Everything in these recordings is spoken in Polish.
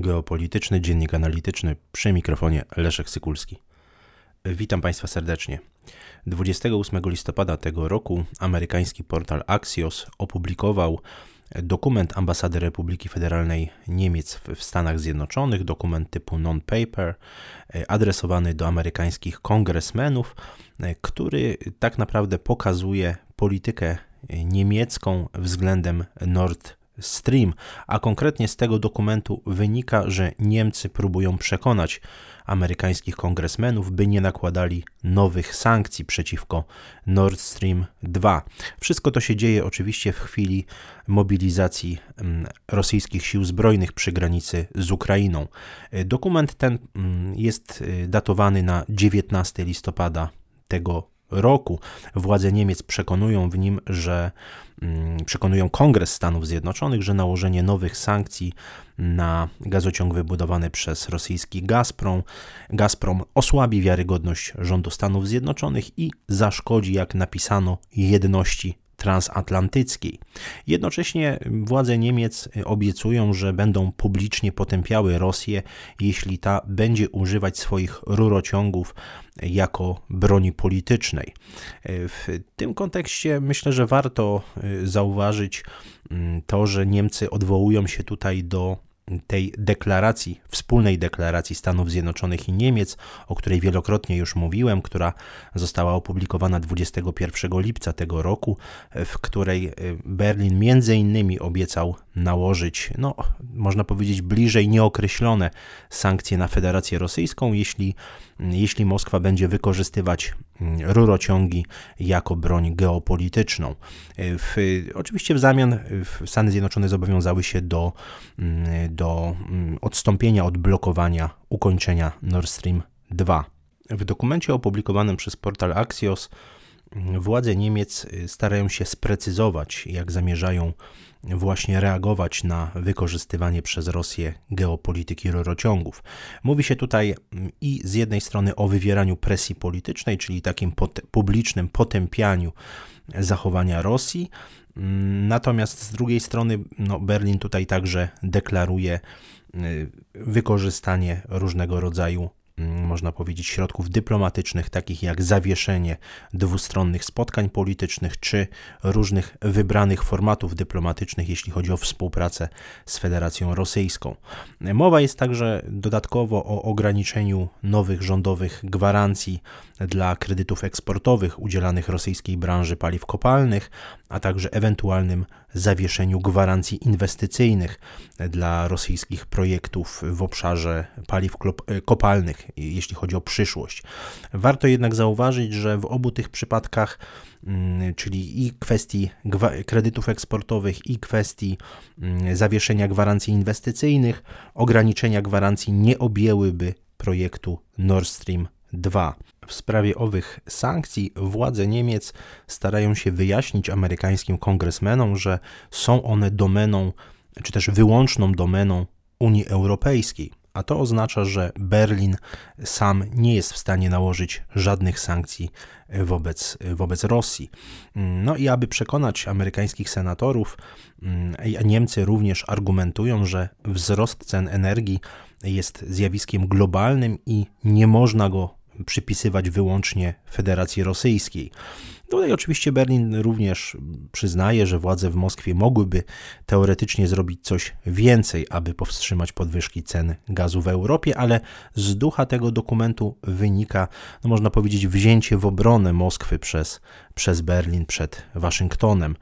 geopolityczny, dziennik analityczny, przy mikrofonie Leszek Sykulski. Witam Państwa serdecznie. 28 listopada tego roku amerykański portal Axios opublikował dokument Ambasady Republiki Federalnej Niemiec w Stanach Zjednoczonych, dokument typu non-paper, adresowany do amerykańskich kongresmenów, który tak naprawdę pokazuje politykę niemiecką względem Nord Stream, a konkretnie z tego dokumentu wynika, że Niemcy próbują przekonać amerykańskich kongresmenów, by nie nakładali nowych sankcji przeciwko Nord Stream 2. Wszystko to się dzieje oczywiście w chwili mobilizacji rosyjskich sił zbrojnych przy granicy z Ukrainą. Dokument ten jest datowany na 19 listopada tego roku. Władze Niemiec przekonują Kongres Stanów Zjednoczonych, że nałożenie nowych sankcji na gazociąg wybudowany przez rosyjski Gazprom osłabi wiarygodność rządu Stanów Zjednoczonych i zaszkodzi, jak napisano, jedności transatlantyckiej. Jednocześnie władze Niemiec obiecują, że będą publicznie potępiały Rosję, jeśli ta będzie używać swoich rurociągów jako broni politycznej. W tym kontekście myślę, że warto zauważyć to, że Niemcy odwołują się tutaj do tej deklaracji, wspólnej deklaracji Stanów Zjednoczonych i Niemiec, o której wielokrotnie już mówiłem, która została opublikowana 21 lipca tego roku, w której Berlin między innymi obiecał nałożyć, można powiedzieć, bliżej nieokreślone sankcje na Federację Rosyjską, jeśli Moskwa będzie wykorzystywać rurociągi jako broń geopolityczną. Oczywiście w zamian Stany Zjednoczone zobowiązały się do odstąpienia od blokowania ukończenia Nord Stream 2. W dokumencie opublikowanym przez portal Axios władze Niemiec starają się sprecyzować, jak zamierzają właśnie reagować na wykorzystywanie przez Rosję geopolityki rurociągów. Mówi się tutaj i z jednej strony o wywieraniu presji politycznej, czyli takim publicznym potępianiu zachowania Rosji, natomiast z drugiej strony Berlin tutaj także deklaruje wykorzystanie różnego rodzaju, można powiedzieć, środków dyplomatycznych, takich jak zawieszenie dwustronnych spotkań politycznych, czy różnych wybranych formatów dyplomatycznych, jeśli chodzi o współpracę z Federacją Rosyjską. Mowa jest także dodatkowo o ograniczeniu nowych rządowych gwarancji dla kredytów eksportowych udzielanych rosyjskiej branży paliw kopalnych, a także ewentualnym zawieszeniu gwarancji inwestycyjnych dla rosyjskich projektów w obszarze paliw kopalnych, jeśli chodzi o przyszłość. Warto jednak zauważyć, że w obu tych przypadkach, czyli i kwestii kredytów eksportowych, i kwestii zawieszenia gwarancji inwestycyjnych, ograniczenia gwarancji nie objęłyby projektu Nord Stream 2. W sprawie owych sankcji władze Niemiec starają się wyjaśnić amerykańskim kongresmenom, że są one domeną, czy też wyłączną domeną Unii Europejskiej, a to oznacza, że Berlin sam nie jest w stanie nałożyć żadnych sankcji wobec Rosji. I aby przekonać amerykańskich senatorów, Niemcy również argumentują, że wzrost cen energii jest zjawiskiem globalnym i nie można go przypisywać wyłącznie Federacji Rosyjskiej. Tutaj oczywiście Berlin również przyznaje, że władze w Moskwie mogłyby teoretycznie zrobić coś więcej, aby powstrzymać podwyżki cen gazu w Europie, ale z ducha tego dokumentu wynika, można powiedzieć, wzięcie w obronę Moskwy przez Berlin przed Waszyngtonem.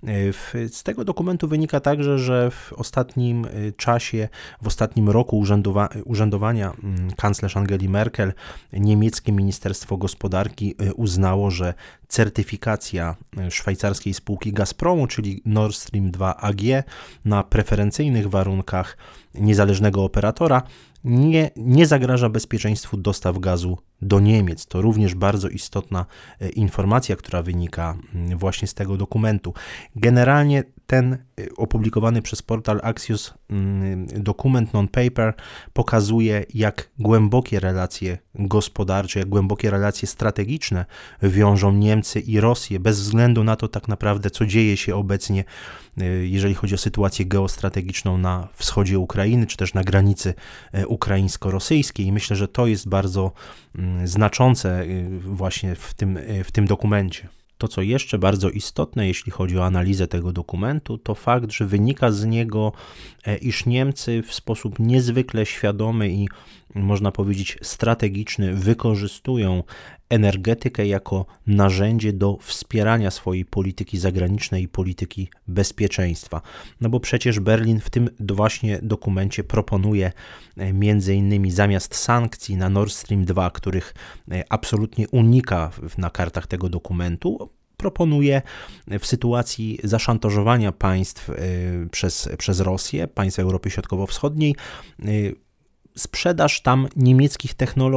Z tego dokumentu wynika także, że w ostatnim czasie, w ostatnim roku urzędowania kanclerz Angeli Merkel, niemieckie Ministerstwo Gospodarki uznało, że certyfikacja szwajcarskiej spółki Gazpromu, czyli Nord Stream 2 AG, na preferencyjnych warunkach niezależnego operatora nie zagraża bezpieczeństwu dostaw gazu do Niemiec. To również bardzo istotna informacja, która wynika właśnie z tego dokumentu. Generalnie ten opublikowany przez portal Axios dokument non-paper pokazuje, jak głębokie relacje gospodarcze, jak głębokie relacje strategiczne wiążą Niemcy i Rosję, bez względu na to tak naprawdę, co dzieje się obecnie jeżeli chodzi o sytuację geostrategiczną na wschodzie Ukrainy, czy też na granicy ukraińsko-rosyjskiej. I myślę, że to jest bardzo znaczące właśnie w tym dokumencie. To, co jeszcze bardzo istotne, jeśli chodzi o analizę tego dokumentu, to fakt, że wynika z niego, iż Niemcy w sposób niezwykle świadomy i można powiedzieć strategiczny wykorzystują energetykę jako narzędzie do wspierania swojej polityki zagranicznej i polityki bezpieczeństwa. No bo przecież Berlin w tym właśnie dokumencie proponuje między innymi zamiast sankcji na Nord Stream 2, których absolutnie unika na kartach tego dokumentu, proponuje w sytuacji zaszantażowania państw przez Rosję, państw Europy Środkowo-Wschodniej, sprzedaż tam niemieckich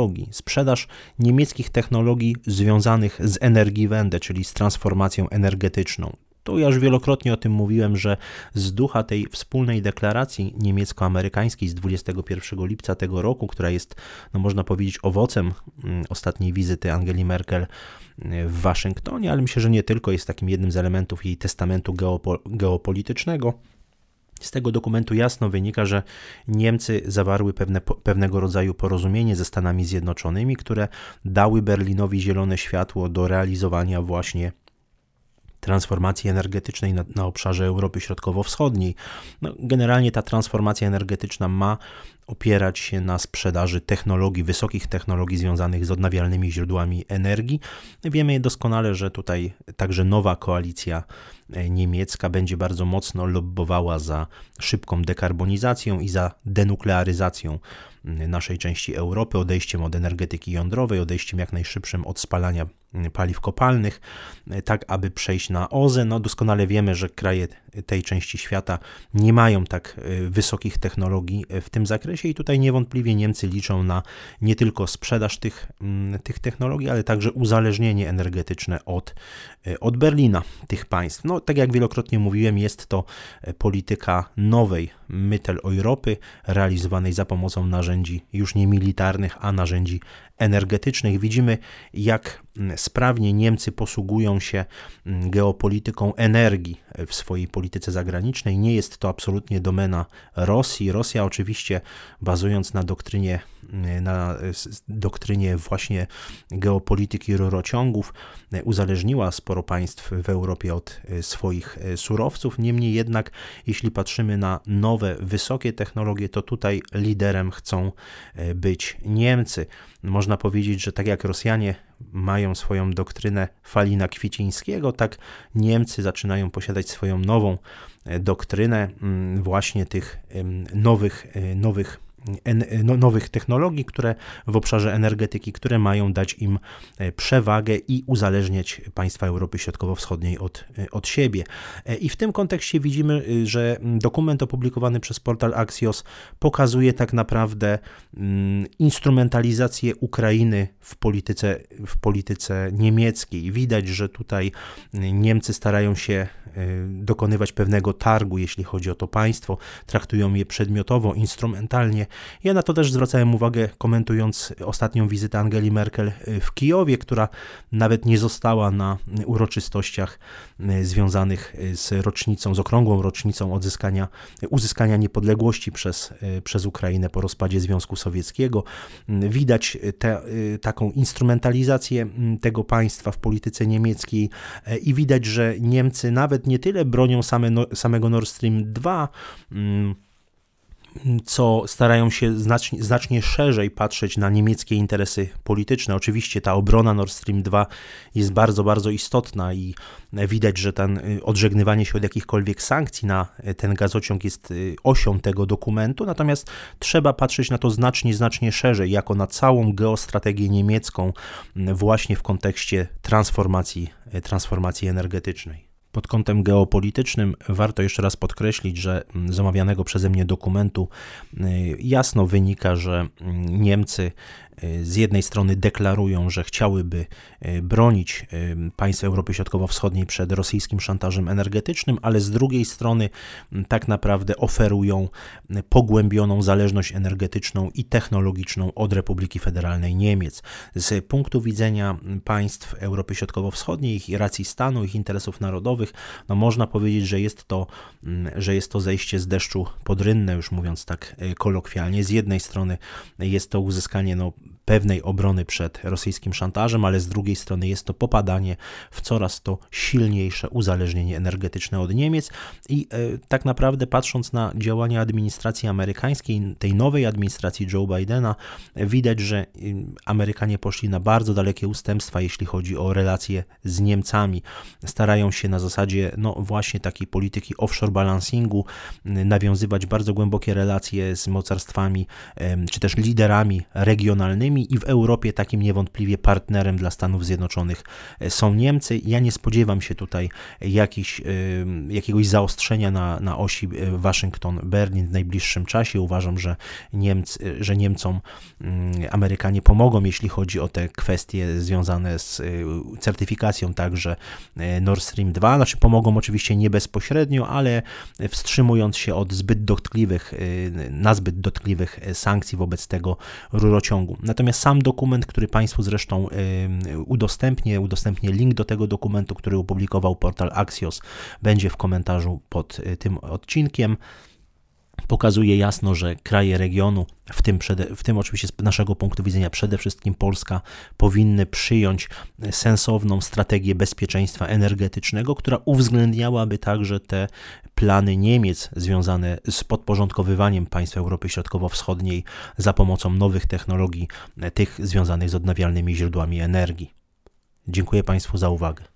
technologii związanych z Energiewende, czyli z transformacją energetyczną. Tu ja już wielokrotnie o tym mówiłem, że z ducha tej wspólnej deklaracji niemiecko-amerykańskiej z 21 lipca tego roku, która jest, no można powiedzieć, owocem ostatniej wizyty Angeli Merkel w Waszyngtonie, ale myślę, że nie tylko, jest takim jednym z elementów jej testamentu geopolitycznego. Z tego dokumentu jasno wynika, że Niemcy zawarły pewnego rodzaju porozumienie ze Stanami Zjednoczonymi, które dały Berlinowi zielone światło do realizowania właśnie transformacji energetycznej na obszarze Europy Środkowo-Wschodniej. No, generalnie ta transformacja energetyczna ma opierać się na sprzedaży technologii, wysokich technologii związanych z odnawialnymi źródłami energii. Wiemy doskonale, że tutaj także nowa koalicja niemiecka będzie bardzo mocno lobbowała za szybką dekarbonizacją i za denuklearyzacją naszej części Europy, odejściem od energetyki jądrowej, odejściem jak najszybszym od spalania paliw kopalnych, tak aby przejść na OZE. No doskonale wiemy, że kraje tej części świata nie mają tak wysokich technologii w tym zakresie i tutaj niewątpliwie Niemcy liczą na nie tylko sprzedaż tych technologii, ale także uzależnienie energetyczne od Berlina, tych państw. No tak jak wielokrotnie mówiłem, jest to polityka nowej Mitteleuropy, realizowanej za pomocą narzędzi już nie militarnych, a narzędzi energetycznych. Widzimy, jak sprawnie Niemcy posługują się geopolityką energii w swojej polityce zagranicznej. Nie jest to absolutnie domena Rosji. Rosja oczywiście, bazując na doktrynie właśnie geopolityki rurociągów, uzależniła sporo państw w Europie od swoich surowców. Niemniej jednak, jeśli patrzymy na nowe, wysokie technologie, to tutaj liderem chcą być Niemcy. Można powiedzieć, że tak jak Rosjanie mają swoją doktrynę Falina-Kwicińskiego, tak Niemcy zaczynają posiadać swoją nową doktrynę właśnie tych nowych technologii, które w obszarze energetyki, które mają dać im przewagę i uzależniać państwa Europy Środkowo-Wschodniej od siebie. I w tym kontekście widzimy, że dokument opublikowany przez portal Axios pokazuje tak naprawdę instrumentalizację Ukrainy w polityce niemieckiej. Widać, że tutaj Niemcy starają się dokonywać pewnego targu, jeśli chodzi o to państwo, traktują je przedmiotowo, instrumentalnie. Ja na to też zwracałem uwagę, komentując ostatnią wizytę Angeli Merkel w Kijowie, która nawet nie została na uroczystościach związanych z okrągłą rocznicą uzyskania niepodległości przez Ukrainę po rozpadzie Związku Sowieckiego. Widać taką instrumentalizację tego państwa w polityce niemieckiej i widać, że Niemcy nawet nie tyle bronią samego Nord Stream 2, co starają się znacznie szerzej patrzeć na niemieckie interesy polityczne. Oczywiście ta obrona Nord Stream 2 jest bardzo, bardzo istotna i widać, że odżegnywanie się od jakichkolwiek sankcji na ten gazociąg jest osią tego dokumentu, natomiast trzeba patrzeć na to znacznie szerzej, jako na całą geostrategię niemiecką właśnie w kontekście transformacji energetycznej. Pod kątem geopolitycznym warto jeszcze raz podkreślić, że z omawianego przeze mnie dokumentu jasno wynika, że Niemcy z jednej strony deklarują, że chciałyby bronić państw Europy Środkowo-Wschodniej przed rosyjskim szantażem energetycznym, ale z drugiej strony tak naprawdę oferują pogłębioną zależność energetyczną i technologiczną od Republiki Federalnej Niemiec. Z punktu widzenia państw Europy Środkowo-Wschodniej, ich racji stanu, ich interesów narodowych, no można powiedzieć, że jest to zejście z deszczu pod rynnę, już mówiąc tak kolokwialnie. Z jednej strony jest to uzyskanie pewnej obrony przed rosyjskim szantażem, ale z drugiej strony jest to popadanie w coraz to silniejsze uzależnienie energetyczne od Niemiec i tak naprawdę patrząc na działania administracji amerykańskiej, tej nowej administracji Joe Bidena, widać, że Amerykanie poszli na bardzo dalekie ustępstwa, jeśli chodzi o relacje z Niemcami. Starają się na zasadzie właśnie takiej polityki offshore balancingu nawiązywać bardzo głębokie relacje z mocarstwami, czy też liderami regionalnymi i w Europie takim niewątpliwie partnerem dla Stanów Zjednoczonych są Niemcy. Ja nie spodziewam się tutaj jakiegoś zaostrzenia na osi Waszyngton-Berlin w najbliższym czasie. Uważam, że Niemcom Amerykanie pomogą, jeśli chodzi o te kwestie związane z certyfikacją także Nord Stream 2. Znaczy pomogą oczywiście nie bezpośrednio, ale wstrzymując się od zbyt dotkliwych sankcji wobec tego rurociągu. Natomiast sam dokument, który Państwu zresztą udostępnię link do tego dokumentu, który opublikował portal Axios, będzie w komentarzu pod tym odcinkiem. Pokazuje jasno, że kraje regionu, w tym oczywiście z naszego punktu widzenia przede wszystkim Polska, powinny przyjąć sensowną strategię bezpieczeństwa energetycznego, która uwzględniałaby także te plany Niemiec związane z podporządkowywaniem państw Europy Środkowo-Wschodniej za pomocą nowych technologii, tych związanych z odnawialnymi źródłami energii. Dziękuję Państwu za uwagę.